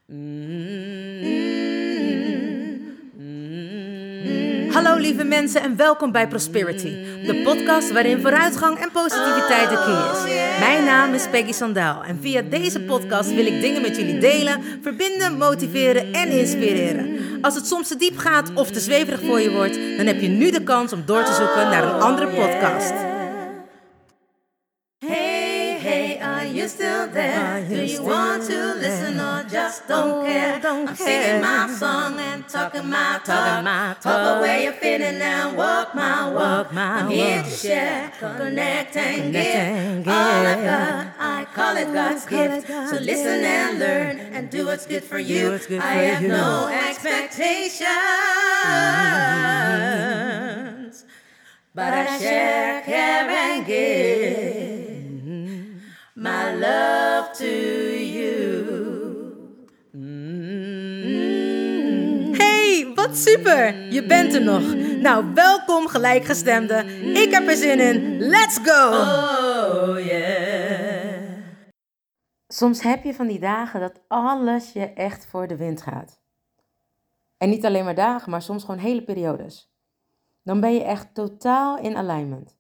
Hallo lieve mensen en welkom bij Prosperity, de podcast waarin vooruitgang en positiviteit de key is. Mijn naam is Peggy Sandaal en via deze podcast wil ik dingen met jullie delen, verbinden, motiveren en inspireren. Als het soms te diep gaat of te zweverig voor je wordt, dan heb je nu de kans om door te zoeken naar een andere podcast. Hey, are you still there? Do you want to listen or just don't care? I'm singing my song and talking my talk. Talk away your feeling and walk my walk. I'm here to share, connect and give. All I've got, I call it God's gift. So listen and learn and do what's good for you. I have no expectations, but I share, care and give my love to you. Hey, wat super! Je bent er nog. Nou, welkom gelijkgestemden. Ik heb er zin in. Let's go! Oh yeah. Soms heb je van die dagen dat alles je echt voor de wind gaat. En niet alleen maar dagen, maar soms gewoon hele periodes. Dan ben je echt totaal in alignment.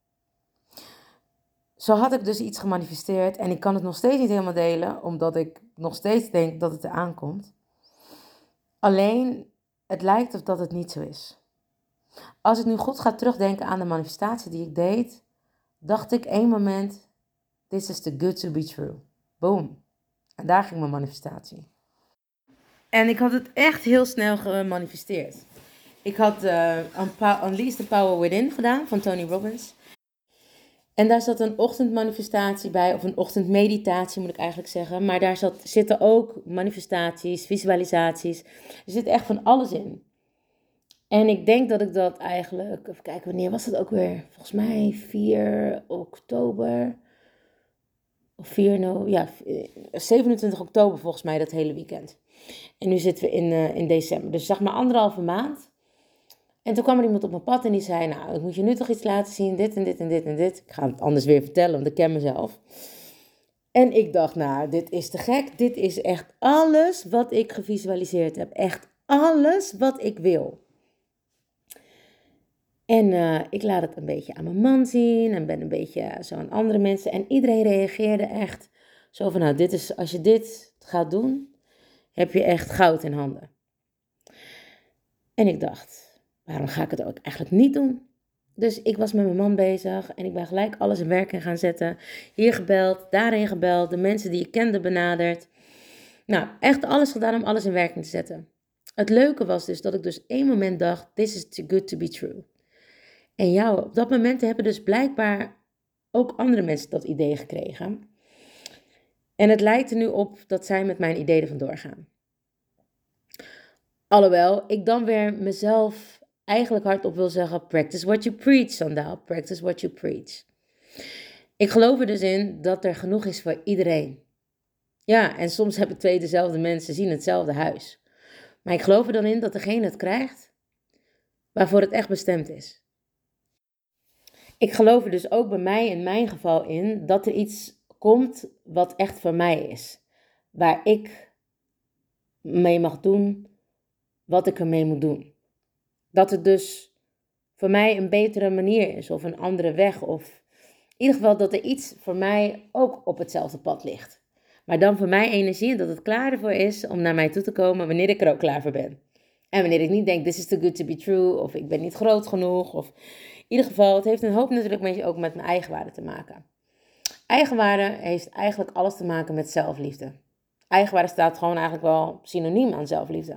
Zo had ik dus iets gemanifesteerd en ik kan het nog steeds niet helemaal delen, omdat ik nog steeds denk dat het eraan komt. Alleen, het lijkt of dat het niet zo is. Als ik nu goed ga terugdenken aan de manifestatie die ik deed, dacht ik één moment, this is too good to be true. Boom. En daar ging mijn manifestatie. En ik had het echt heel snel gemanifesteerd. Ik had Unleash the Power Within gedaan van Tony Robbins. En daar zat een ochtendmanifestatie bij, of een ochtendmeditatie moet ik eigenlijk zeggen. Maar daar zitten ook manifestaties, visualisaties. Er zit echt van alles in. En ik denk dat ik dat eigenlijk, even kijken wanneer was dat ook weer? Volgens mij 4 oktober. Of 27 oktober volgens mij dat hele weekend. En nu zitten we in december. Dus zeg maar 1,5 maand. En toen kwam er iemand op mijn pad en die zei, nou, ik moet je nu toch iets laten zien, dit en dit en dit en dit. Ik ga het anders weer vertellen, want ik ken mezelf. En ik dacht, nou, dit is te gek. Dit is echt alles wat ik gevisualiseerd heb. Echt alles wat ik wil. En ik laat het een beetje aan mijn man zien en ben een beetje zo aan andere mensen. En iedereen reageerde echt zo van, nou, dit is, als je dit gaat doen, heb je echt goud in handen. En ik dacht, waarom ga ik het ook eigenlijk niet doen? Dus ik was met mijn man bezig en ik ben gelijk alles in werking gaan zetten. Hier gebeld, daarheen gebeld, de mensen die ik kende benaderd. Nou, echt alles gedaan om alles in werking te zetten. Het leuke was dus dat ik dus één moment dacht, this is too good to be true. En ja, op dat moment hebben dus blijkbaar ook andere mensen dat idee gekregen. En het lijkt er nu op dat zij met mijn idee ervan doorgaan. Alhoewel, ik dan weer mezelf eigenlijk hardop wil zeggen, practice what you preach, Sandaal. Practice what you preach. Ik geloof er dus in dat er genoeg is voor iedereen. Ja, en soms hebben 2 dezelfde mensen zien hetzelfde huis. Maar ik geloof er dan in dat degene het krijgt waarvoor het echt bestemd is. Ik geloof er dus ook bij mij in mijn geval in dat er iets komt wat echt voor mij is. Waar ik mee mag doen wat ik ermee moet doen. Dat het dus voor mij een betere manier is of een andere weg. Of in ieder geval dat er iets voor mij ook op hetzelfde pad ligt. Maar dan voor mij energie en dat het klaar ervoor is om naar mij toe te komen wanneer ik er ook klaar voor ben. En wanneer ik niet denk, this is too good to be true. Of ik ben niet groot genoeg. Of in ieder geval, het heeft een hoop natuurlijk ook met mijn eigenwaarde te maken. Eigenwaarde heeft eigenlijk alles te maken met zelfliefde. Eigenwaarde staat gewoon eigenlijk wel synoniem aan zelfliefde.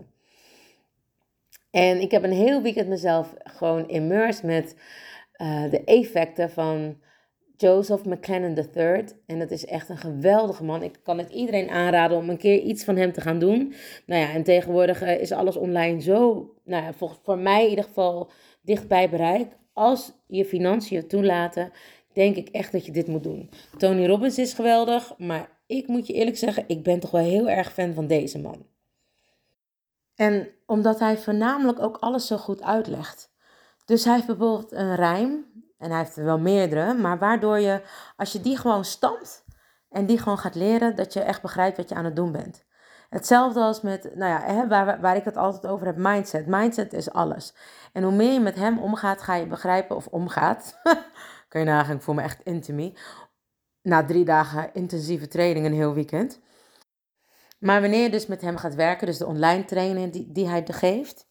En ik heb een heel weekend mezelf gewoon immersed met de effecten van Joseph McClellan III. En dat is echt een geweldige man. Ik kan het iedereen aanraden om een keer iets van hem te gaan doen. Nou ja, en tegenwoordig is alles online zo, nou ja, voor mij in ieder geval dichtbij bereik. Als je financiën het toelaten, denk ik echt dat je dit moet doen. Tony Robbins is geweldig, maar ik moet je eerlijk zeggen, ik ben toch wel heel erg fan van deze man. En omdat hij voornamelijk ook alles zo goed uitlegt. Dus hij heeft bijvoorbeeld een rijm, en hij heeft er wel meerdere, maar waardoor je, als je die gewoon stampt en die gewoon gaat leren, dat je echt begrijpt wat je aan het doen bent. Hetzelfde als met, waar ik het altijd over heb, mindset. Mindset is alles. En hoe meer je met hem omgaat, ga je begrijpen, of omgaat. Kun je nagaan, ik voel me echt intimie. Na 3 dagen intensieve training een heel weekend. Maar wanneer je dus met hem gaat werken, dus de online training die hij geeft,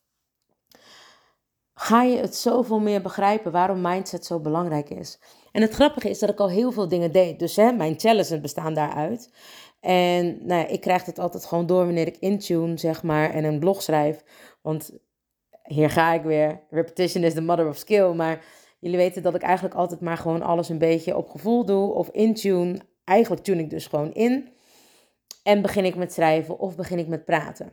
ga je het zoveel meer begrijpen waarom mindset zo belangrijk is. En het grappige is dat ik al heel veel dingen deed. Dus mijn challenges bestaan daaruit. En ik krijg het altijd gewoon door wanneer ik intune, zeg maar, en een blog schrijf. Want hier ga ik weer. Repetition is the mother of skill. Maar jullie weten dat ik eigenlijk altijd maar gewoon alles een beetje op gevoel doe. Of intune. Eigenlijk tune ik dus gewoon in. En begin ik met schrijven of begin ik met praten.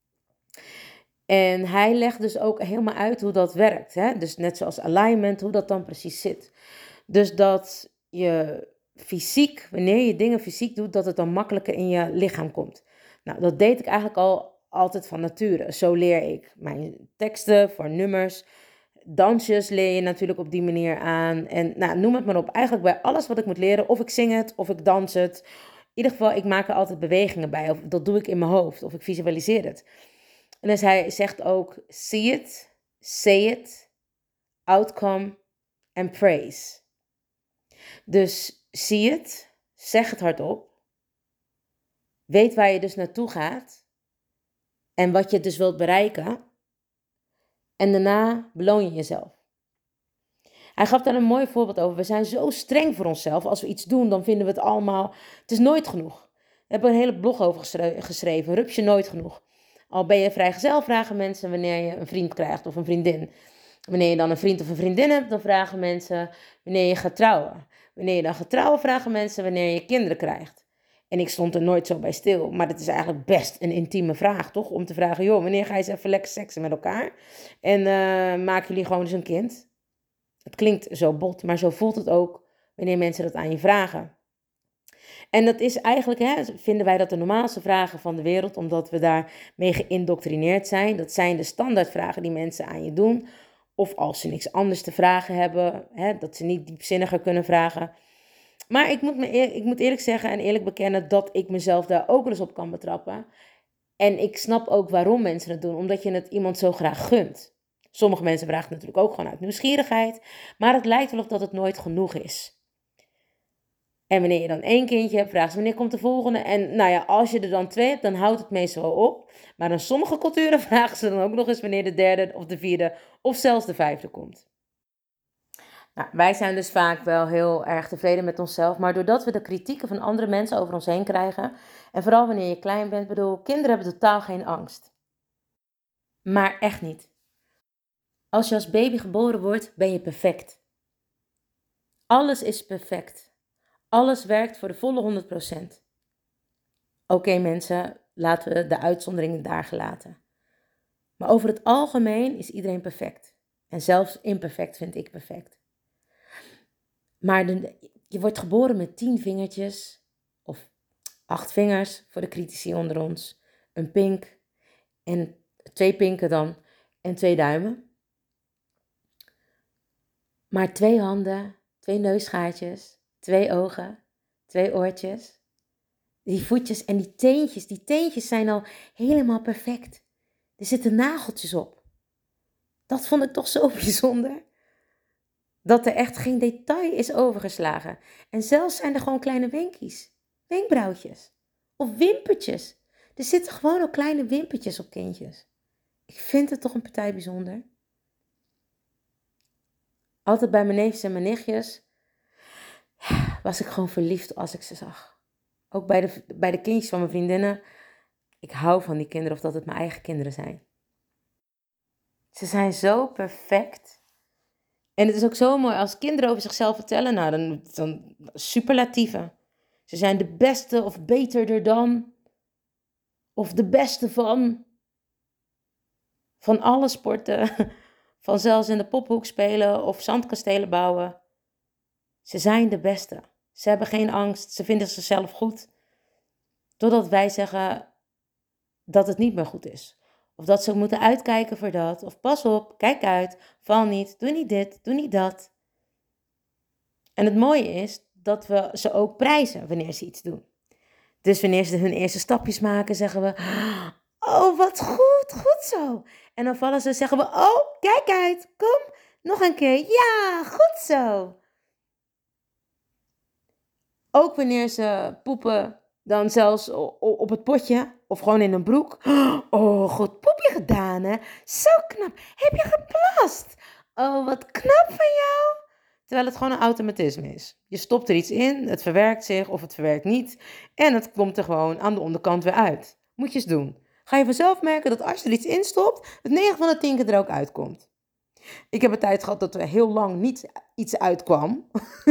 En hij legt dus ook helemaal uit hoe dat werkt. Hè? Dus net zoals alignment, hoe dat dan precies zit. Dus dat je fysiek, wanneer je dingen fysiek doet, dat het dan makkelijker in je lichaam komt. Nou, dat deed ik eigenlijk altijd van nature. Zo leer ik mijn teksten voor nummers. Dansjes leer je natuurlijk op die manier aan. En noem het maar op. Eigenlijk bij alles wat ik moet leren, of ik zing het, of ik dans het. In ieder geval, ik maak er altijd bewegingen bij. Of dat doe ik in mijn hoofd, of ik visualiseer het. En dus hij zegt ook, see it, say it, outcome en praise. Dus zie het, zeg het hardop, weet waar je dus naartoe gaat en wat je dus wilt bereiken. En daarna beloon je jezelf. Hij gaf daar een mooi voorbeeld over. We zijn zo streng voor onszelf. Als we iets doen, dan vinden we het allemaal, het is nooit genoeg. We hebben een hele blog over geschreven, rupsje nooit genoeg. Al ben je vrijgezel, vragen mensen wanneer je een vriend krijgt of een vriendin. Wanneer je dan een vriend of een vriendin hebt, dan vragen mensen wanneer je gaat trouwen. Wanneer je dan gaat trouwen, vragen mensen wanneer je kinderen krijgt. En ik stond er nooit zo bij stil. Maar het is eigenlijk best een intieme vraag, toch? Om te vragen, joh, wanneer ga je eens even lekker seksen met elkaar? En maken jullie gewoon eens een kind? Het klinkt zo bot, maar zo voelt het ook wanneer mensen dat aan je vragen. En dat is eigenlijk, vinden wij dat de normaalste vragen van de wereld, omdat we daarmee geïndoctrineerd zijn. Dat zijn de standaardvragen die mensen aan je doen. Of als ze niks anders te vragen hebben, dat ze niet diepzinniger kunnen vragen. Maar ik moet eerlijk zeggen en eerlijk bekennen dat ik mezelf daar ook wel eens op kan betrappen. En ik snap ook waarom mensen het doen, omdat je het iemand zo graag gunt. Sommige mensen vragen het natuurlijk ook gewoon uit nieuwsgierigheid, maar het lijkt wel of dat het nooit genoeg is. En wanneer je dan 1 kindje hebt, vragen ze wanneer komt de volgende. En als je er dan 2 hebt, dan houdt het meestal wel op. Maar in sommige culturen vragen ze dan ook nog eens wanneer de 3e of de 4e of zelfs de 5e komt. Wij zijn dus vaak wel heel erg tevreden met onszelf. Maar doordat we de kritieken van andere mensen over ons heen krijgen. En vooral wanneer je klein bent, kinderen hebben totaal geen angst. Maar echt niet. Als je als baby geboren wordt, ben je perfect. Alles is perfect. Alles werkt voor de volle 100%. Oké, mensen, laten we de uitzonderingen daar gelaten. Maar over het algemeen is iedereen perfect. En zelfs imperfect vind ik perfect. Maar je wordt geboren met 10 vingertjes, of 8 vingers voor de critici onder ons. Een pink, en 2 pinken dan, en 2 duimen. Maar 2 handen, 2 neusgaatjes, 2 ogen, 2 oortjes. Die voetjes en die teentjes zijn al helemaal perfect. Er zitten nageltjes op. Dat vond ik toch zo bijzonder. Dat er echt geen detail is overgeslagen. En zelfs zijn er gewoon kleine wenkbrauwtjes of wimpertjes. Er zitten gewoon ook kleine wimpertjes op kindjes. Ik vind het toch een partij bijzonder. Altijd bij mijn neefjes en mijn nichtjes was ik gewoon verliefd als ik ze zag. Ook bij de kindjes van mijn vriendinnen. Ik hou van die kinderen of dat het mijn eigen kinderen zijn. Ze zijn zo perfect. En het is ook zo mooi als kinderen over zichzelf vertellen. Dan superlatieven. Ze zijn de beste of beterder dan. Of de beste van. Van alle sporten. Van zelfs in de pophoek spelen of zandkastelen bouwen. Ze zijn de beste. Ze hebben geen angst. Ze vinden zichzelf goed. Totdat wij zeggen dat het niet meer goed is. Of dat ze moeten uitkijken voor dat. Of pas op, kijk uit, val niet, doe niet dit, doe niet dat. En het mooie is dat we ze ook prijzen wanneer ze iets doen. Dus wanneer ze hun eerste stapjes maken, zeggen we, oh, wat goed, goed zo. En dan vallen ze, zeggen we, oh, kijk uit, kom, nog een keer, ja, goed zo. Ook wanneer ze poepen, dan zelfs op het potje of gewoon in een broek. Oh, goed poepje gedaan, hè? Zo knap. Heb je geplast? Oh, wat knap van jou. Terwijl het gewoon een automatisme is. Je stopt er iets in, het verwerkt zich of het verwerkt niet. En het komt er gewoon aan de onderkant weer uit. Moet je eens doen. Ga je vanzelf merken dat als je er iets in stopt, het 9 van de 10 keer er ook uitkomt. Ik heb een tijd gehad dat er heel lang niet iets uitkwam.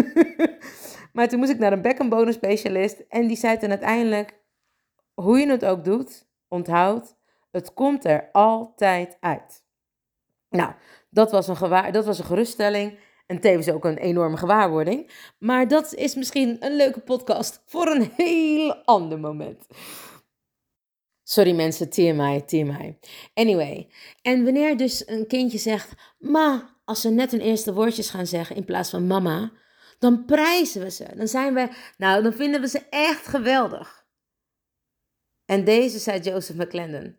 Maar toen moest ik naar een bekkenbodemspecialist. En die zei toen uiteindelijk, hoe je het ook doet, onthoud, het komt er altijd uit. Nou, dat was een geruststelling. En tevens ook een enorme gewaarwording. Maar dat is misschien een leuke podcast voor een heel ander moment. Sorry mensen, TMI. Anyway, en wanneer dus een kindje zegt, ma, als ze net hun eerste woordjes gaan zeggen in plaats van mama, dan prijzen we ze. Dan vinden we ze echt geweldig. En deze zei Joseph McClendon.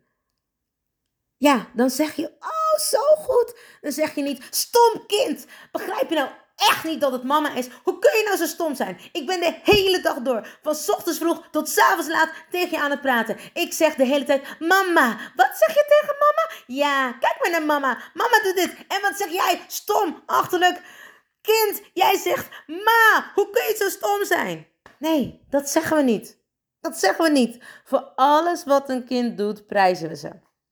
Ja, dan zeg je, oh, zo goed. Dan zeg je niet, stom kind. Begrijp je nou echt niet dat het mama is? Hoe kun je nou zo stom zijn? Ik ben de hele dag door, van 's ochtends vroeg tot 's avonds laat, tegen je aan het praten. Ik zeg de hele tijd, mama. Wat zeg je tegen mama? Ja, kijk maar naar mama. Mama doet dit. En wat zeg jij? Stom, achterlijk. Kind, jij zegt, ma, hoe kun je zo stom zijn? Nee, dat zeggen we niet. Dat zeggen we niet. Voor alles wat een kind doet, prijzen we ze.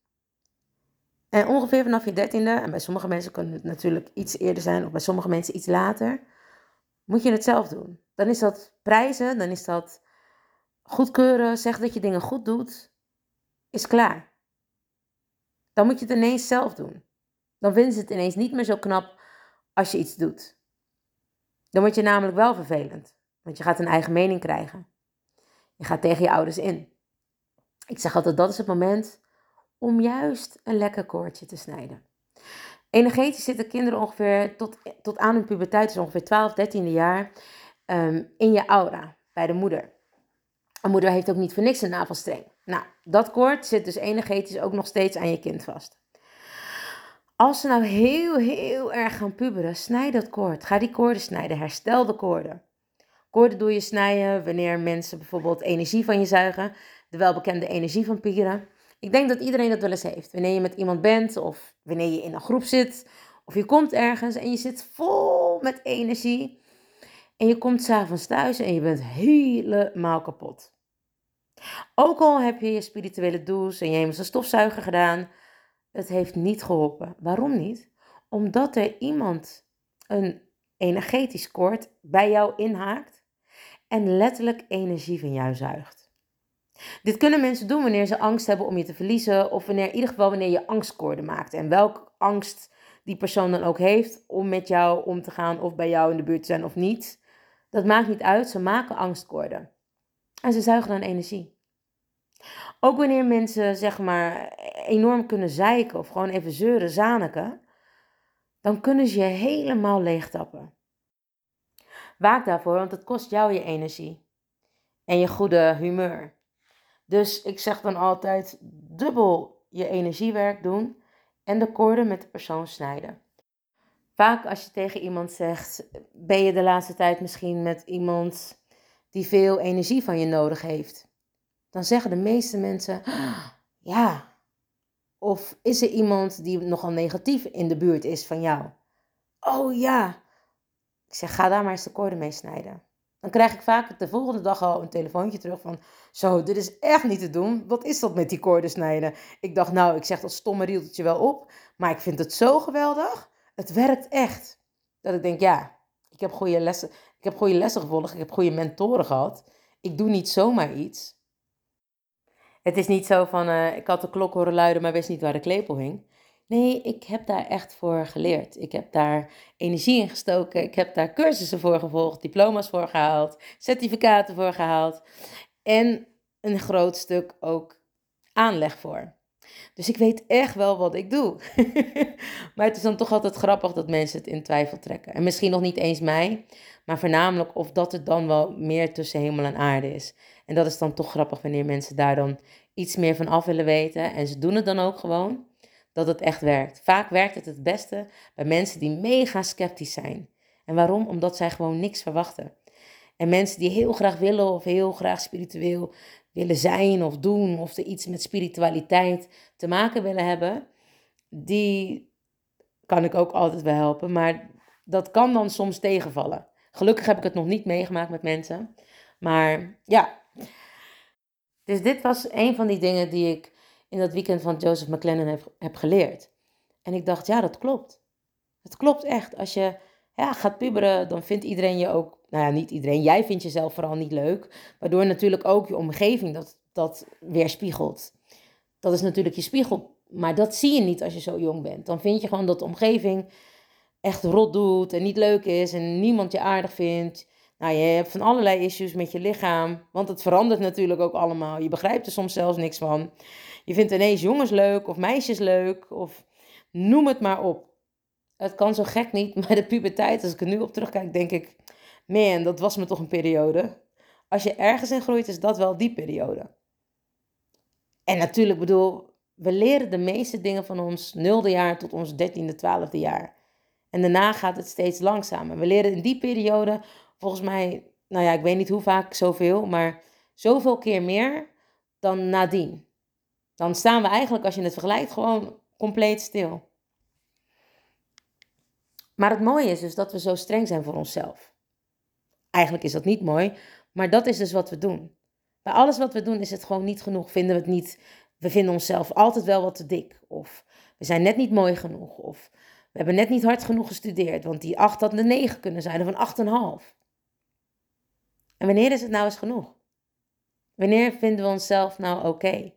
En ongeveer vanaf je 13e, en bij sommige mensen kan het natuurlijk iets eerder zijn, of bij sommige mensen iets later, moet je het zelf doen. Dan is dat prijzen, dan is dat goedkeuren, zeggen dat je dingen goed doet, is klaar. Dan moet je het ineens zelf doen. Dan vinden ze het ineens niet meer zo knap als je iets doet. Dan word je namelijk wel vervelend, want je gaat een eigen mening krijgen. Je gaat tegen je ouders in. Ik zeg altijd, dat is het moment om juist een lekker koordje te snijden. Energetisch zitten kinderen ongeveer tot aan hun puberteit, dus ongeveer 12, 13e jaar, in je aura, bij de moeder. Een moeder heeft ook niet voor niks een navelstreng. Nou, dat koord zit dus energetisch ook nog steeds aan je kind vast. Als ze nou heel, heel erg gaan puberen, snijd dat koord. Ga die koorden snijden, herstel de koorden. Koorden doe je snijden wanneer mensen bijvoorbeeld energie van je zuigen, de welbekende energievampieren. Ik denk dat iedereen dat wel eens heeft. Wanneer je met iemand bent of wanneer je in een groep zit of je komt ergens en je zit vol met energie en je komt 's avonds thuis en je bent helemaal kapot. Ook al heb je je spirituele douche en je hemelse stofzuiger gedaan, het heeft niet geholpen. Waarom niet? Omdat er iemand een energetisch koord bij jou inhaakt en letterlijk energie van jou zuigt. Dit kunnen mensen doen wanneer ze angst hebben om je te verliezen of in ieder geval wanneer je angstkoorden maakt. En welke angst die persoon dan ook heeft om met jou om te gaan of bij jou in de buurt te zijn of niet. Dat maakt niet uit, ze maken angstkoorden. En ze zuigen dan energie. Ook wanneer mensen zeg maar enorm kunnen zeiken of gewoon even zeuren, zaniken, dan kunnen ze je helemaal leegtappen. Waak daarvoor, want het kost jou je energie en je goede humeur. Dus ik zeg dan altijd dubbel je energiewerk doen en de koorden met de persoon snijden. Vaak als je tegen iemand zegt, ben je de laatste tijd misschien met iemand die veel energie van je nodig heeft. Dan zeggen de meeste mensen, ja. Of is er iemand die nogal negatief in de buurt is van jou? Oh ja. Ik zeg, ga daar maar eens de koorden mee snijden. Dan krijg ik vaak de volgende dag al een telefoontje terug van, zo, dit is echt niet te doen. Wat is dat met die koorden snijden? Ik dacht, nou, ik zeg dat stomme rieltje wel op, maar ik vind het zo geweldig. Het werkt echt. Dat ik denk, ja, ik heb goede lessen gevolgd, ik heb goede mentoren gehad. Ik doe niet zomaar iets. Het is niet zo van, ik had de klok horen luiden, maar wist niet waar de klepel hing. Nee, ik heb daar echt voor geleerd. Ik heb daar energie in gestoken. Ik heb daar cursussen voor gevolgd, diploma's voor gehaald, certificaten voor gehaald. En een groot stuk ook aanleg voor. Dus ik weet echt wel wat ik doe. Maar het is dan toch altijd grappig dat mensen het in twijfel trekken. En misschien nog niet eens mij, maar voornamelijk of dat het dan wel meer tussen hemel en aarde is. En dat is dan toch grappig wanneer mensen daar dan iets meer van af willen weten. En ze doen het dan ook gewoon, dat het echt werkt. Vaak werkt het het beste bij mensen die mega sceptisch zijn. En waarom? Omdat zij gewoon niks verwachten. En mensen die heel graag willen of heel graag spiritueel willen zijn of doen, of er iets met spiritualiteit te maken willen hebben, die kan ik ook altijd wel helpen. Maar dat kan dan soms tegenvallen. Gelukkig heb ik het nog niet meegemaakt met mensen. Maar ja. Dus dit was een van die dingen die ik in dat weekend van Joseph McClellan heb geleerd. En ik dacht, ja, dat klopt. Het klopt echt. Als je gaat puberen, dan vindt iedereen je ook... Nou ja, niet iedereen. Jij vindt jezelf vooral niet leuk. Waardoor natuurlijk ook je omgeving dat weerspiegelt. Dat is natuurlijk je spiegel. Maar dat zie je niet als je zo jong bent. Dan vind je gewoon dat de omgeving echt rot doet en niet leuk is en niemand je aardig vindt. Nou, je hebt van allerlei issues met je lichaam, want het verandert natuurlijk ook allemaal. Je begrijpt er soms zelfs niks van. Je vindt ineens jongens leuk of meisjes leuk of noem het maar op. Het kan zo gek niet, maar de puberteit, als ik er nu op terugkijk, denk ik, man, dat was me toch een periode. Als je ergens in groeit, is dat wel die periode. En natuurlijk, bedoel, we leren de meeste dingen van ons 0e jaar tot ons 13e, 12e jaar. En daarna gaat het steeds langzamer. We leren in die periode, volgens mij, nou ja, ik weet niet hoe vaak zoveel, maar zoveel keer meer dan nadien. Dan staan we eigenlijk, als je het vergelijkt, gewoon compleet stil. Maar het mooie is dus dat we zo streng zijn voor onszelf. Eigenlijk is dat niet mooi, maar dat is dus wat we doen. Bij alles wat we doen is het gewoon niet genoeg. Vinden we het niet, we vinden onszelf altijd wel wat te dik. Of we zijn net niet mooi genoeg. Of we hebben net niet hard genoeg gestudeerd. Want die 8 had een 9 kunnen zijn of een 8,5. En wanneer is het nou eens genoeg? Wanneer vinden we onszelf nou oké?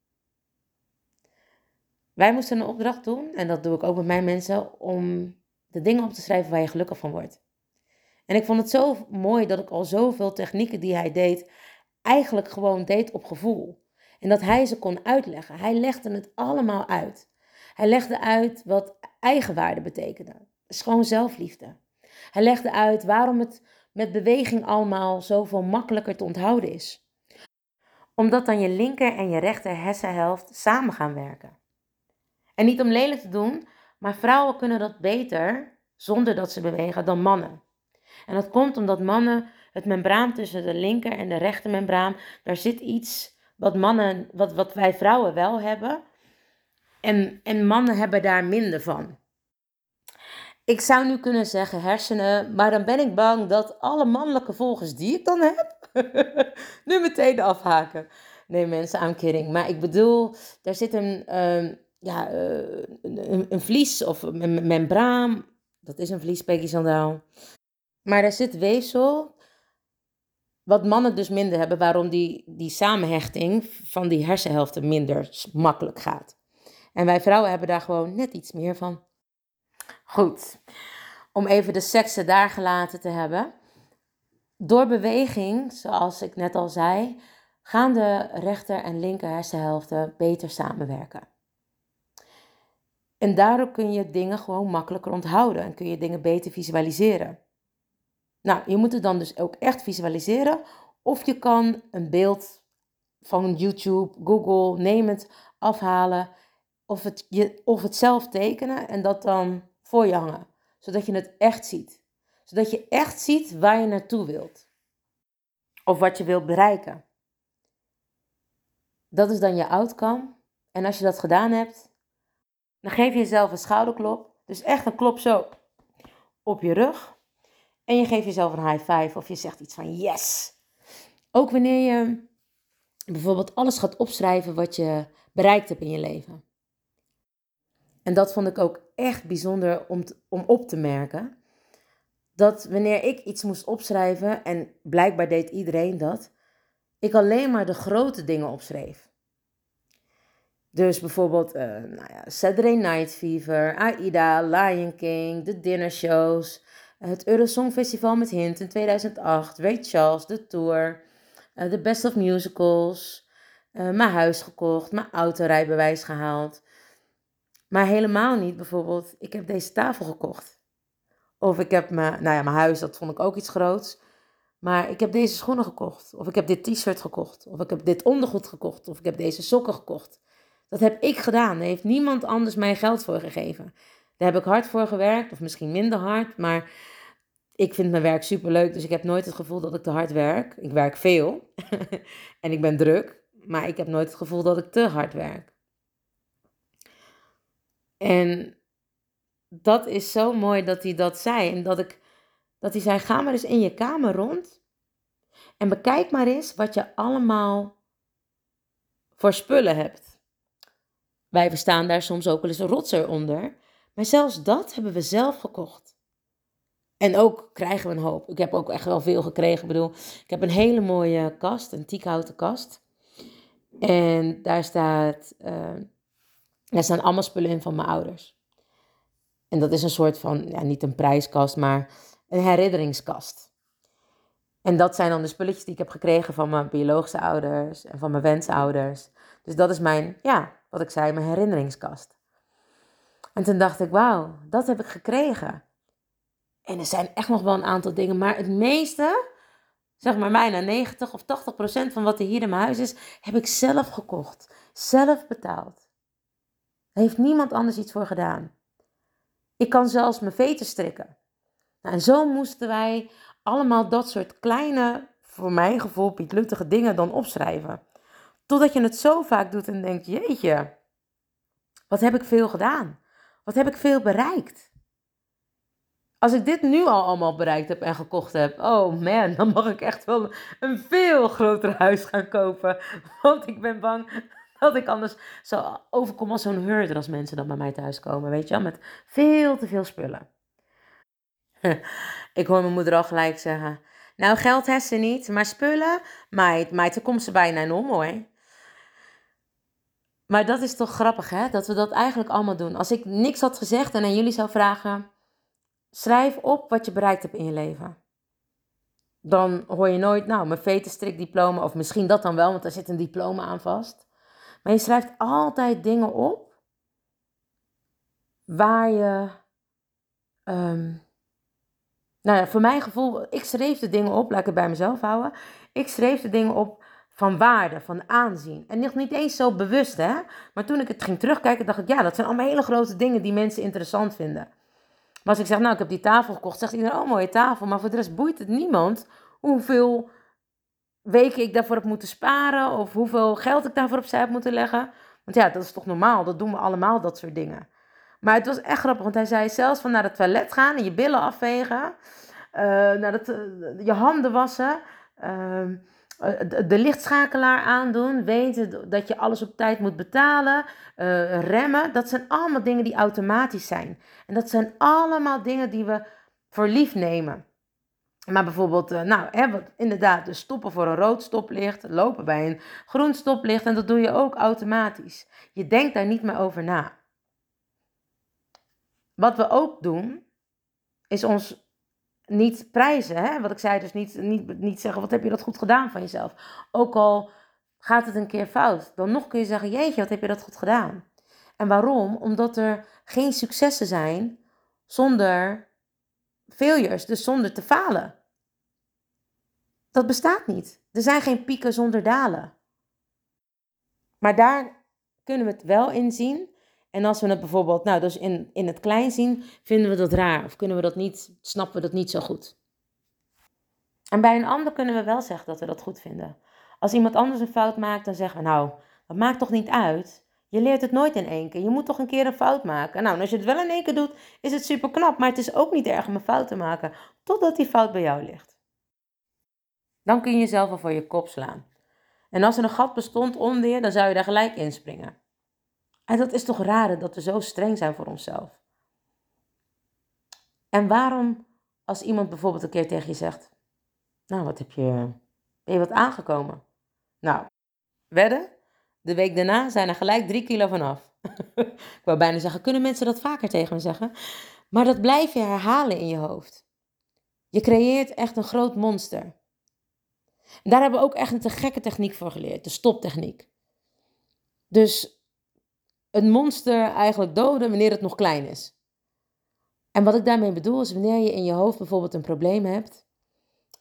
Wij moesten een opdracht doen, en dat doe ik ook met mijn mensen, om de dingen op te schrijven waar je gelukkig van wordt. En ik vond het zo mooi dat ik al zoveel technieken die hij deed, eigenlijk gewoon deed op gevoel. En dat hij ze kon uitleggen. Hij legde het allemaal uit. Hij legde uit wat eigenwaarde betekende. Dat is gewoon zelfliefde. Hij legde uit waarom het met beweging allemaal zoveel makkelijker te onthouden is. Omdat dan je linker en je rechter hersenhelft samen gaan werken. En niet om lelijk te doen, maar vrouwen kunnen dat beter zonder dat ze bewegen dan mannen. En dat komt omdat mannen, het membraan tussen de linker en de rechter membraan, daar zit iets wat wij vrouwen wel hebben. En mannen hebben daar minder van. Ik zou nu kunnen zeggen hersenen, maar dan ben ik bang dat alle mannelijke volgers die ik dan heb, nu meteen afhaken. Nee mensen, I'm kidding. Maar ik bedoel, daar zit een vlies of een membraan. Dat is een vlies, Peggy Sandaal. Maar er zit weefsel, wat mannen dus minder hebben, waarom die samenhechting van die hersenhelften minder makkelijk gaat. En wij vrouwen hebben daar gewoon net iets meer van. Goed, om even de seksen daar gelaten te hebben. Door beweging, zoals ik net al zei, gaan de rechter en linker hersenhelften beter samenwerken. En daardoor kun je dingen gewoon makkelijker onthouden en kun je dingen beter visualiseren. Nou, je moet het dan dus ook echt visualiseren. Of je kan een beeld van YouTube, Google, neem het, afhalen. Of het zelf tekenen en dat dan voor je hangen. Zodat je het echt ziet. Zodat je echt ziet waar je naartoe wilt. Of wat je wilt bereiken. Dat is dan je outcome. En als je dat gedaan hebt, dan geef je jezelf een schouderklop. Dus echt een klop zo op je rug. En je geeft jezelf een high five of je zegt iets van yes. Ook wanneer je bijvoorbeeld alles gaat opschrijven wat je bereikt hebt in je leven. En dat vond ik ook echt bijzonder om op te merken. Dat wanneer ik iets moest opschrijven, en blijkbaar deed iedereen dat, ik alleen maar de grote dingen opschreef. Dus bijvoorbeeld Saturday Night Fever, Aida, Lion King, de dinnershows, het Eurosong Festival met Hint in 2008, Ray Charles, de tour, de Best of Musicals, mijn huis gekocht, mijn autorijbewijs gehaald. Maar helemaal niet bijvoorbeeld, ik heb deze tafel gekocht. Of ik heb mijn huis, dat vond ik ook iets groots. Maar ik heb deze schoenen gekocht. Of ik heb dit t-shirt gekocht. Of ik heb dit ondergoed gekocht. Of ik heb deze sokken gekocht. Dat heb ik gedaan. Daar heeft niemand anders mij geld voor gegeven. Daar heb ik hard voor gewerkt. Of misschien minder hard. Maar ik vind mijn werk superleuk. Dus ik heb nooit het gevoel dat ik te hard werk. Ik werk veel. En ik ben druk. Maar ik heb nooit het gevoel dat ik te hard werk. En dat is zo mooi dat hij dat zei. En dat hij zei, ga maar eens in je kamer rond. En bekijk maar eens wat je allemaal voor spullen hebt. Wij verstaan daar soms ook wel eens een rotzooi onder. Maar zelfs dat hebben we zelf gekocht. En ook krijgen we een hoop. Ik heb ook echt wel veel gekregen. Ik bedoel, ik heb een hele mooie kast. Een teakhouten kast. En daar staan allemaal spullen in van mijn ouders. En dat is een soort van, ja, niet een prijskast, maar een herinneringskast. En dat zijn dan de spulletjes die ik heb gekregen van mijn biologische ouders en van mijn wensouders. Dus dat is mijn, ja, wat ik zei, mijn herinneringskast. En toen dacht ik, wauw, dat heb ik gekregen. En er zijn echt nog wel een aantal dingen, maar het meeste, zeg maar bijna 90 of 80% van wat er hier in mijn huis is, heb ik zelf gekocht. Zelf betaald. Daar heeft niemand anders iets voor gedaan. Ik kan zelfs mijn veten strikken. Nou, en zo moesten wij allemaal dat soort kleine, voor mijn gevoel, pietluttige dingen dan opschrijven. Totdat je het zo vaak doet en denkt, jeetje, wat heb ik veel gedaan? Wat heb ik veel bereikt? Als ik dit nu al allemaal bereikt heb en gekocht heb, oh man, dan mag ik echt wel een veel groter huis gaan kopen. Want ik ben bang dat ik anders zo overkom als zo'n huurder als mensen dan bij mij thuiskomen, weet je wel, met veel te veel spullen. Ik hoor mijn moeder al gelijk zeggen, nou geld heeft ze niet, maar spullen, meid, daar komt ze bijna in om hoor. Maar dat is toch grappig hè, dat we dat eigenlijk allemaal doen. Als ik niks had gezegd en aan jullie zou vragen, schrijf op wat je bereikt hebt in je leven. Dan hoor je nooit, nou, mijn vetenstrikdiploma, of misschien dat dan wel, want daar zit een diploma aan vast. Maar je schrijft altijd dingen op waar je, nou ja, voor mijn gevoel, ik schreef de dingen op, laat ik het bij mezelf houden. Ik schreef de dingen op van waarde, van aanzien. En nog niet eens zo bewust, hè. Maar toen ik het ging terugkijken, dacht ik, ja, dat zijn allemaal hele grote dingen die mensen interessant vinden. Maar als ik zeg, nou, ik heb die tafel gekocht, zegt iedereen, oh, mooie tafel. Maar voor de rest boeit het niemand hoeveel weken ik daarvoor heb moeten sparen of hoeveel geld ik daarvoor opzij heb moeten leggen. Want ja, dat is toch normaal, dat doen we allemaal, dat soort dingen. Maar het was echt grappig, want hij zei zelfs van naar het toilet gaan en je billen afvegen, je handen wassen, de lichtschakelaar aandoen, weten dat je alles op tijd moet betalen, remmen. Dat zijn allemaal dingen die automatisch zijn. En dat zijn allemaal dingen die we voor lief nemen. Maar bijvoorbeeld, inderdaad, dus stoppen voor een rood stoplicht, lopen bij een groen stoplicht en dat doe je ook automatisch. Je denkt daar niet meer over na. Wat we ook doen, is ons niet prijzen. Hè? Wat ik zei, dus niet zeggen, wat heb je dat goed gedaan van jezelf. Ook al gaat het een keer fout, dan nog kun je zeggen, jeetje, wat heb je dat goed gedaan. En waarom? Omdat er geen successen zijn zonder failures, dus zonder te falen. Dat bestaat niet. Er zijn geen pieken zonder dalen. Maar daar kunnen we het wel in zien. En als we het bijvoorbeeld, nou, dus in het klein zien, vinden we dat raar. Of kunnen we dat niet, snappen we dat niet zo goed. En bij een ander kunnen we wel zeggen dat we dat goed vinden. Als iemand anders een fout maakt, dan zeggen we, nou, dat maakt toch niet uit. Je leert het nooit in één keer. Je moet toch een keer een fout maken. Nou, en als je het wel in één keer doet, is het super knap. Maar het is ook niet erg om een fout te maken, totdat die fout bij jou ligt. Dan kun je jezelf al voor je kop slaan. En als er een gat bestond onder je, dan zou je daar gelijk inspringen. En dat is toch raar dat we zo streng zijn voor onszelf. En waarom, als iemand bijvoorbeeld een keer tegen je zegt, nou, ben je wat aangekomen? Nou, wedden, de week daarna zijn er gelijk 3 kilo vanaf. Ik wou bijna zeggen, kunnen mensen dat vaker tegen me zeggen? Maar dat blijf je herhalen in je hoofd. Je creëert echt een groot monster. En daar hebben we ook echt een te gekke techniek voor geleerd, de stoptechniek. Dus een monster eigenlijk doden wanneer het nog klein is. En wat ik daarmee bedoel is wanneer je in je hoofd bijvoorbeeld een probleem hebt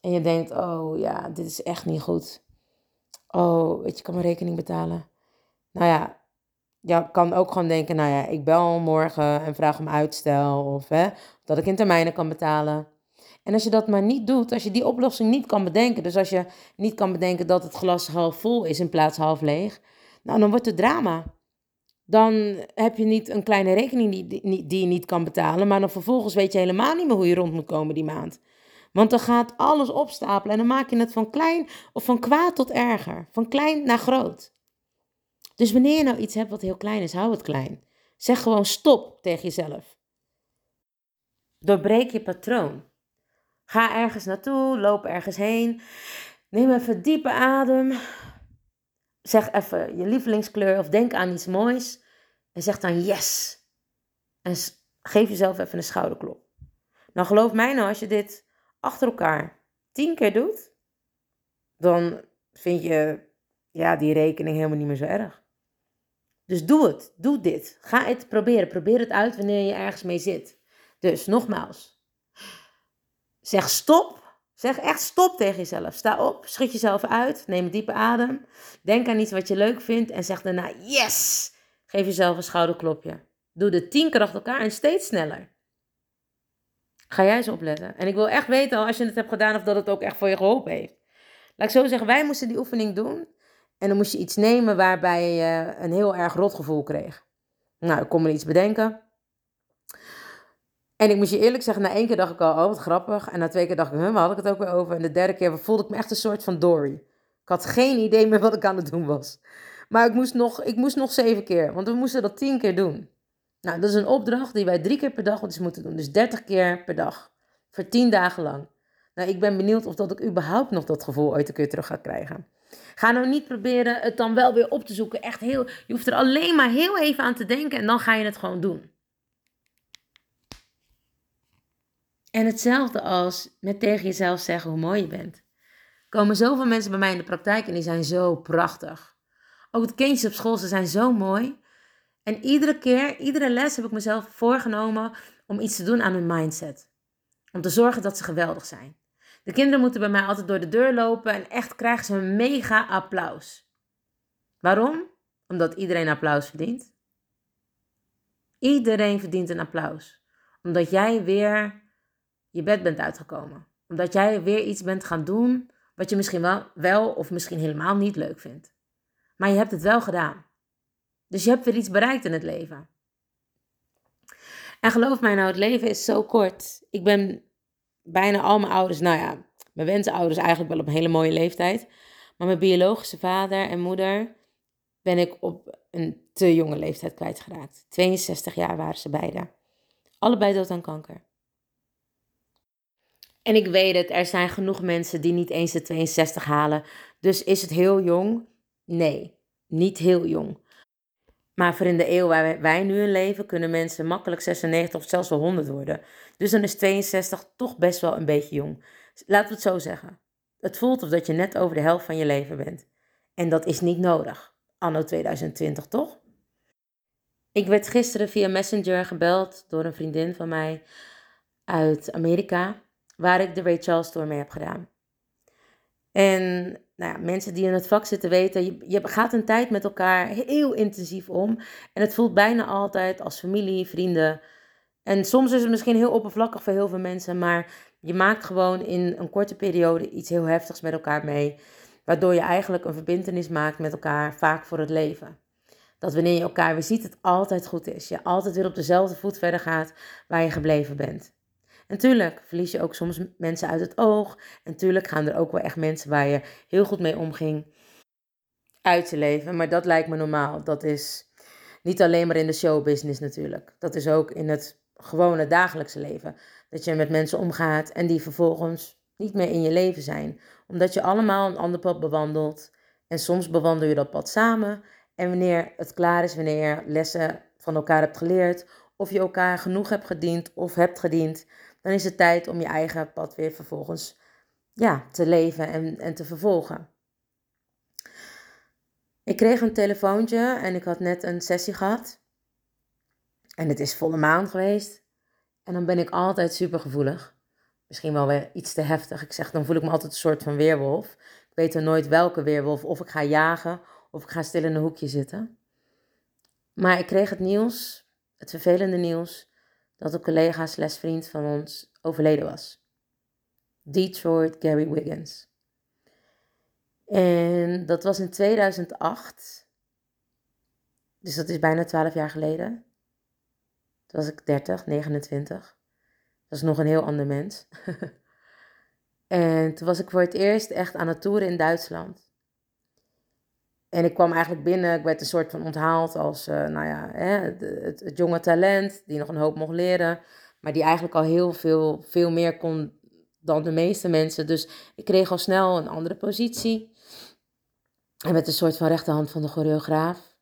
En je denkt, oh ja, dit is echt niet goed. Oh, weet je, ik kan mijn rekening betalen. Nou ja, je kan ook gewoon denken, nou ja, ik bel morgen en vraag om uitstel. Of dat ik in termijnen kan betalen. En als je dat maar niet doet, als je die oplossing niet kan bedenken. Dus als je niet kan bedenken dat het glas half vol is in plaats half leeg. Nou, dan wordt het drama. Dan heb je niet een kleine rekening die je niet kan betalen. Maar dan vervolgens weet je helemaal niet meer hoe je rond moet komen die maand. Want dan gaat alles opstapelen en dan maak je het van klein of van kwaad tot erger. Van klein naar groot. Dus wanneer je nou iets hebt wat heel klein is, hou het klein. Zeg gewoon stop tegen jezelf. Doorbreek je patroon. Ga ergens naartoe, loop ergens heen. Neem even diepe adem. Zeg even je lievelingskleur of denk aan iets moois. En zeg dan yes. En geef jezelf even een schouderklop. Nou geloof mij nou, als je dit achter elkaar 10 keer doet, dan vind je die rekening helemaal niet meer zo erg. Dus doe het. Doe dit. Ga het proberen. Probeer het uit wanneer je ergens mee zit. Dus nogmaals. Zeg stop. Zeg echt stop tegen jezelf. Sta op. Schud jezelf uit. Neem een diepe adem. Denk aan iets wat je leuk vindt. En zeg daarna yes. Geef jezelf een schouderklopje. Doe dit 10 keer achter elkaar en steeds sneller. Ga jij eens opletten. En ik wil echt weten als je het hebt gedaan of dat het ook echt voor je geholpen heeft. Laat ik zo zeggen, wij moesten die oefening doen. En dan moest je iets nemen waarbij je een heel erg rot gevoel kreeg. Nou, ik kon me iets bedenken. En ik moet je eerlijk zeggen, na 1 keer dacht ik al, oh wat grappig. En na 2 keer dacht ik, waar had ik het ook weer over? En de 3e keer voelde ik me echt een soort van Dory. Ik had geen idee meer wat ik aan het doen was. Maar ik moest nog 7 keer, want we moesten dat 10 keer doen. Nou, dat is een opdracht die wij 3 keer per dag moeten doen. Dus 30 keer per dag. Voor 10 dagen lang. Nou, ik ben benieuwd of dat ik überhaupt nog dat gevoel ooit een keer terug ga krijgen. Ga nou niet proberen het dan wel weer op te zoeken. Je hoeft er alleen maar heel even aan te denken en dan ga je het gewoon doen. En hetzelfde als met tegen jezelf zeggen hoe mooi je bent. Er komen zoveel mensen bij mij in de praktijk en die zijn zo prachtig. Ook de kindjes op school, ze zijn zo mooi. En iedere les heb ik mezelf voorgenomen om iets te doen aan hun mindset. Om te zorgen dat ze geweldig zijn. De kinderen moeten bij mij altijd door de deur lopen en echt krijgen ze een mega applaus. Waarom? Omdat iedereen applaus verdient. Iedereen verdient een applaus. Omdat jij weer je bed bent uitgekomen. Omdat jij weer iets bent gaan doen wat je misschien wel of misschien helemaal niet leuk vindt. Maar je hebt het wel gedaan. Dus je hebt weer iets bereikt in het leven. En geloof mij nou, het leven is zo kort. Ik ben bijna al mijn ouders, mijn wensenouders eigenlijk wel op een hele mooie leeftijd. Maar mijn biologische vader en moeder ben ik op een te jonge leeftijd kwijtgeraakt. 62 jaar waren ze beide. Allebei dood aan kanker. En ik weet het, er zijn genoeg mensen die niet eens de 62 halen. Dus is het heel jong? Nee, niet heel jong. Maar voor in de eeuw waar wij nu in leven, kunnen mensen makkelijk 96 of zelfs wel 100 worden. Dus dan is 62 toch best wel een beetje jong. Laten we het zo zeggen. Het voelt of dat je net over de helft van je leven bent. En dat is niet nodig. Anno 2020, toch? Ik werd gisteren via Messenger gebeld door een vriendin van mij uit Amerika, waar ik de Ray Charles Tour mee heb gedaan. En mensen die in het vak zitten weten, je gaat een tijd met elkaar heel intensief om. En het voelt bijna altijd als familie, vrienden. En soms is het misschien heel oppervlakkig voor heel veel mensen, maar je maakt gewoon in een korte periode iets heel heftigs met elkaar mee. Waardoor je eigenlijk een verbintenis maakt met elkaar, vaak voor het leven. Dat wanneer je elkaar weer ziet, het altijd goed is. Je altijd weer op dezelfde voet verder gaat waar je gebleven bent. En tuurlijk verlies je ook soms mensen uit het oog. En tuurlijk gaan er ook wel echt mensen waar je heel goed mee omging uit je leven. Maar dat lijkt me normaal. Dat is niet alleen maar in de showbusiness natuurlijk. Dat is ook in het gewone dagelijkse leven. Dat je met mensen omgaat en die vervolgens niet meer in je leven zijn. Omdat je allemaal een ander pad bewandelt. En soms bewandel je dat pad samen. En wanneer het klaar is, wanneer je lessen van elkaar hebt geleerd, of je elkaar genoeg hebt gediend of hebt gediend, dan is het tijd om je eigen pad weer vervolgens te leven en te vervolgen. Ik kreeg een telefoontje en ik had net een sessie gehad. En het is volle maan geweest. En dan ben ik altijd super gevoelig. misschien wel weer iets te heftig. Ik zeg, dan voel ik me altijd een soort van weerwolf. Ik weet er nooit welke weerwolf. Of ik ga jagen, of ik ga stil in een hoekje zitten. Maar ik kreeg het nieuws, het vervelende nieuws, dat een collega / vriend van ons overleden was. Detroit Gary Wiggins. En dat was in 2008. Dus dat is bijna 12 jaar geleden. Toen was ik 30, 29. Dat is nog een heel ander mens. En toen was ik voor het eerst echt aan het toeren in Duitsland. En ik kwam eigenlijk binnen, ik werd een soort van onthaald als het jonge talent, die nog een hoop mocht leren, maar die eigenlijk al heel veel meer kon dan de meeste mensen. Dus ik kreeg al snel een andere positie. En werd een soort van rechterhand van de choreograaf.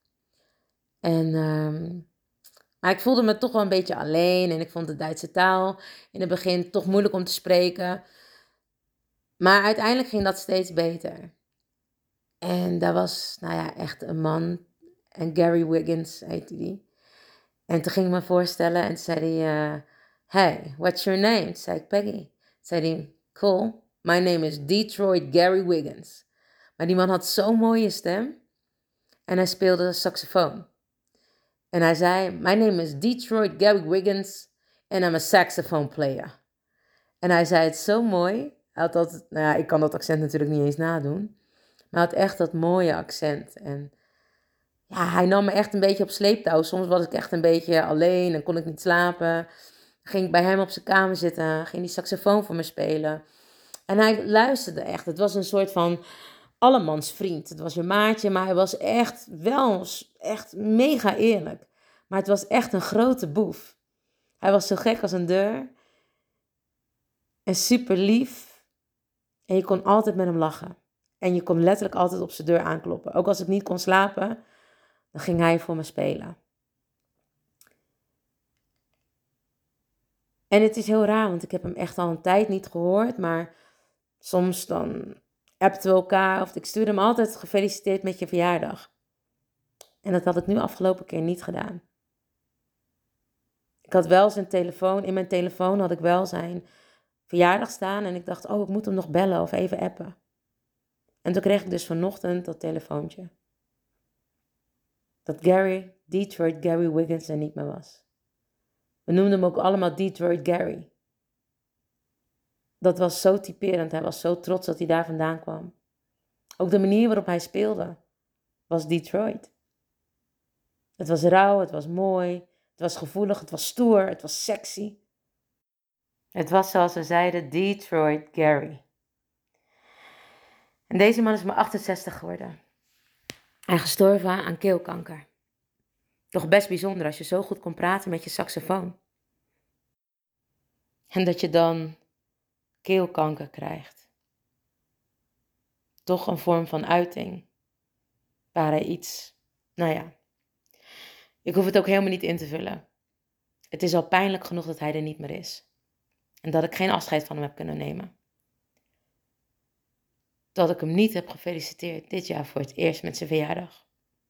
Maar ik voelde me toch wel een beetje alleen en ik vond de Duitse taal in het begin toch moeilijk om te spreken. Maar uiteindelijk ging dat steeds beter. En daar was, echt een man. En Gary Wiggins heette die. En toen ging ik me voorstellen en toen zei hij... Hey, what's your name? Toen zei ik Peggy. Toen zei hij, cool. My name is Detroit Gary Wiggins. Maar die man had zo'n mooie stem. En hij speelde saxofoon. En hij zei, my name is Detroit Gary Wiggins. And I'm a saxophone player. En hij zei het zo mooi. Hij had dat, ik kan dat accent natuurlijk niet eens nadoen. Maar hij had echt dat mooie accent. En ja, hij nam me echt een beetje op sleeptouw. Soms was ik echt een beetje alleen en kon ik niet slapen. Dan ging ik bij hem op zijn kamer zitten. Ging die saxofoon voor me spelen. En hij luisterde echt. Het was een soort van allemans vriend. Het was je maatje, maar hij was echt wel echt mega eerlijk. Maar het was echt een grote boef. Hij was zo gek als een deur. En super lief. En je kon altijd met hem lachen. En je kon letterlijk altijd op zijn deur aankloppen. Ook als ik niet kon slapen, dan ging hij voor me spelen. En het is heel raar, want ik heb hem echt al een tijd niet gehoord. Maar soms dan appten we elkaar of ik stuurde hem altijd gefeliciteerd met je verjaardag. En dat had ik nu afgelopen keer niet gedaan. Ik had wel zijn telefoon, in mijn telefoon had ik wel zijn verjaardag staan. En ik dacht, ik moet hem nog bellen of even appen. En toen kreeg ik dus vanochtend dat telefoontje. Dat Detroit Gary Wiggins er niet meer was. We noemden hem ook allemaal Detroit Gary. Dat was zo typerend. Hij was zo trots dat hij daar vandaan kwam. Ook de manier waarop hij speelde was Detroit. Het was rauw, het was mooi, het was gevoelig, het was stoer, het was sexy. Het was zoals we zeiden Detroit Gary. En deze man is maar 68 geworden. Hij gestorven aan keelkanker. Toch best bijzonder als je zo goed kon praten met je saxofoon. En dat je dan keelkanker krijgt. Toch een vorm van uiting. Waar hij iets, ik hoef het ook helemaal niet in te vullen. Het is al pijnlijk genoeg dat hij er niet meer is. En dat ik geen afscheid van hem heb kunnen nemen. Dat ik hem niet heb gefeliciteerd dit jaar voor het eerst met zijn verjaardag.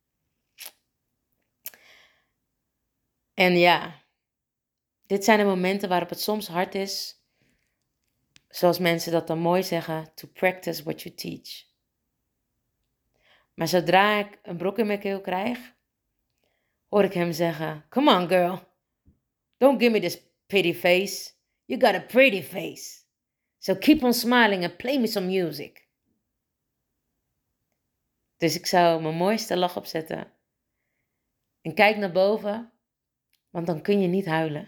En ja, dit zijn de momenten waarop het soms hard is, zoals mensen dat dan mooi zeggen, to practice what you teach. Maar zodra ik een brok in mijn keel krijg, hoor ik hem zeggen, come on girl, don't give me this pity face, you got a pretty face. So keep on smiling and play me some music. Dus ik zou mijn mooiste lach opzetten en kijk naar boven, want dan kun je niet huilen.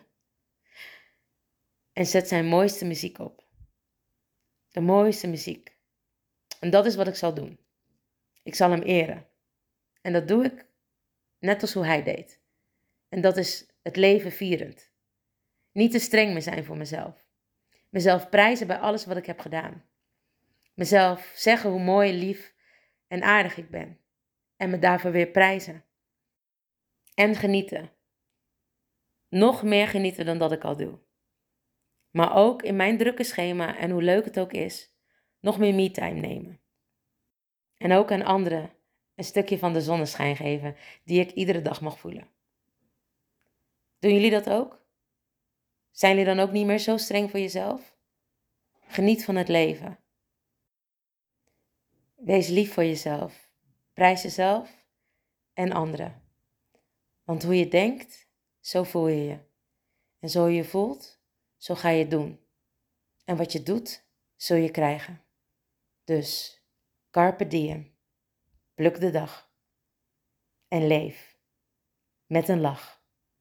En zet zijn mooiste muziek op. De mooiste muziek. En dat is wat ik zal doen. Ik zal hem eren. En dat doe ik net als hoe hij deed. En dat is het leven vierend. Niet te streng meer zijn voor mezelf. Mezelf prijzen bij alles wat ik heb gedaan. Mezelf zeggen hoe mooi, lief en aardig ik ben. En me daarvoor weer prijzen. En genieten. Nog meer genieten dan dat ik al doe. Maar ook in mijn drukke schema en hoe leuk het ook is, nog meer me-time nemen. En ook aan anderen een stukje van de zonneschijn geven die ik iedere dag mag voelen. Doen jullie dat ook? Zijn jullie dan ook niet meer zo streng voor jezelf? Geniet van het leven. Wees lief voor jezelf. Prijs jezelf en anderen. Want hoe je denkt, zo voel je je. En zo je voelt, zo ga je doen. En wat je doet, zul je krijgen. Dus, carpe diem. Pluk de dag. En leef. Met een lach.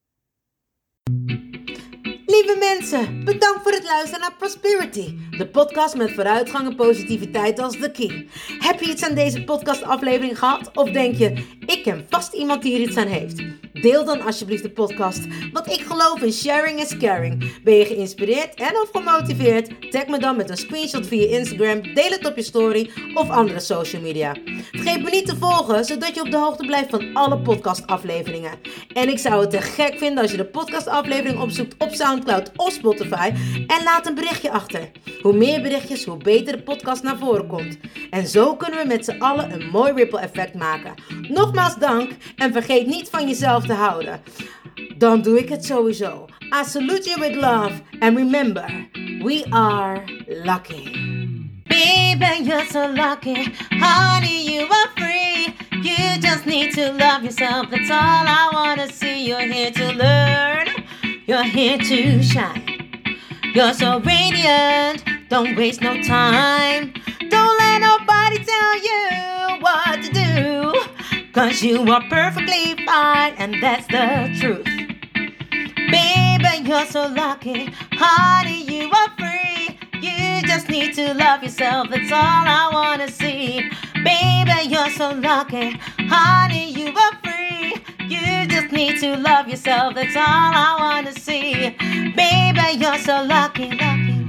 Lieve mensen, bedankt voor het luisteren naar Prosperity, de podcast met vooruitgang en positiviteit als the key. Heb je iets aan deze podcastaflevering gehad? Of denk je, ik ken vast iemand die hier iets aan heeft? Deel dan alsjeblieft de podcast, want ik geloof in sharing is caring. Ben je geïnspireerd en of gemotiveerd? Tag me dan met een screenshot via Instagram, deel het op je story of andere social media. Vergeet me niet te volgen, zodat je op de hoogte blijft van alle podcastafleveringen. En ik zou het te gek vinden als je de podcastaflevering opzoekt op SoundCloud of Spotify en laat een berichtje achter. Hoe meer berichtjes, hoe beter de podcast naar voren komt. En zo kunnen we met z'n allen een mooi ripple effect maken. Nogmaals dank en vergeet niet van jezelf te houden. Dan doe ik het sowieso. I salute you with love and remember, we are lucky. Baby, you're so lucky. Honey, you are free. You just need to love yourself. That's all I wanna see. You're here to learn. You're here to shine. You're so radiant. Don't waste no time. Don't let nobody tell you what to do. 'Cause you are perfectly fine. And that's the truth. Baby, you're so lucky. Honey, you are free. You just need to love yourself. That's all I wanna see. Baby, you're so lucky. Honey, you are free. You just need to love yourself. That's all I wanna see. Baby, you're so lucky, lucky.